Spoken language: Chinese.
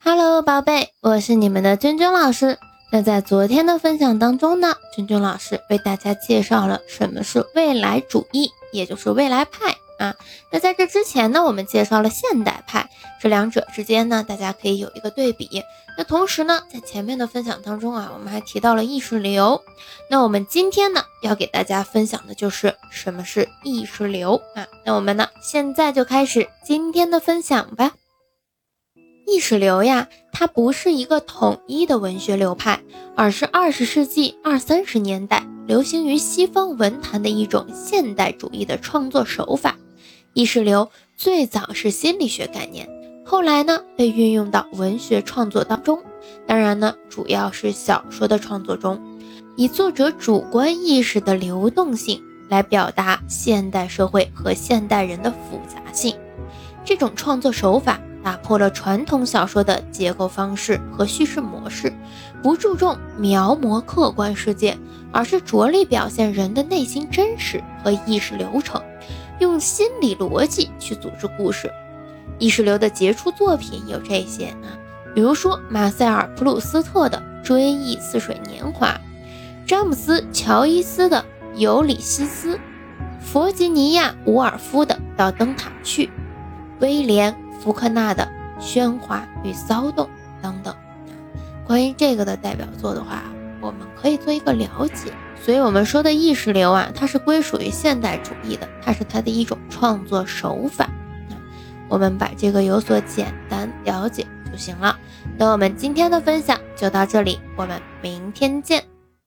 Hello， 宝贝，我是你们的君君老师。那在昨天的分享当中呢，君君老师为大家介绍了什么是未来主义，也就是未来派啊。那在这之前呢，我们介绍了现代派，这两者之间呢，大家可以有一个对比。那同时呢，在前面的分享当中啊，我们还提到了意识流。那我们今天呢，要给大家分享的就是什么是意识流啊。那我们呢，现在就开始今天的分享吧。意识流呀，它不是一个统一的文学流派，而是20世纪20-30年代流行于西方文坛的一种现代主义的创作手法。意识流最早是心理学概念，后来呢被运用到文学创作当中，当然呢主要是小说的创作中，以作者主观意识的流动性来表达现代社会和现代人的复杂性。这种创作手法打破了传统小说的结构方式和叙事模式，不注重描摹客观世界，而是着力表现人的内心真实和意识流程，用心理逻辑去组织故事。意识流的杰出作品有这些啊，比如说马塞尔·普鲁斯特的《追忆似水年华》，詹姆斯·乔伊斯的《尤里西斯》，弗吉尼亚·伍尔夫的《到灯塔去》，威廉·福克纳的《喧哗与骚动》等等。关于这个的代表作的话，我们可以做一个了解。所以我们说的意识流啊，它是归属于现代主义的，它是它的一种创作手法。我们把这个有所简单了解就行了。那我们今天的分享就到这里，我们明天见。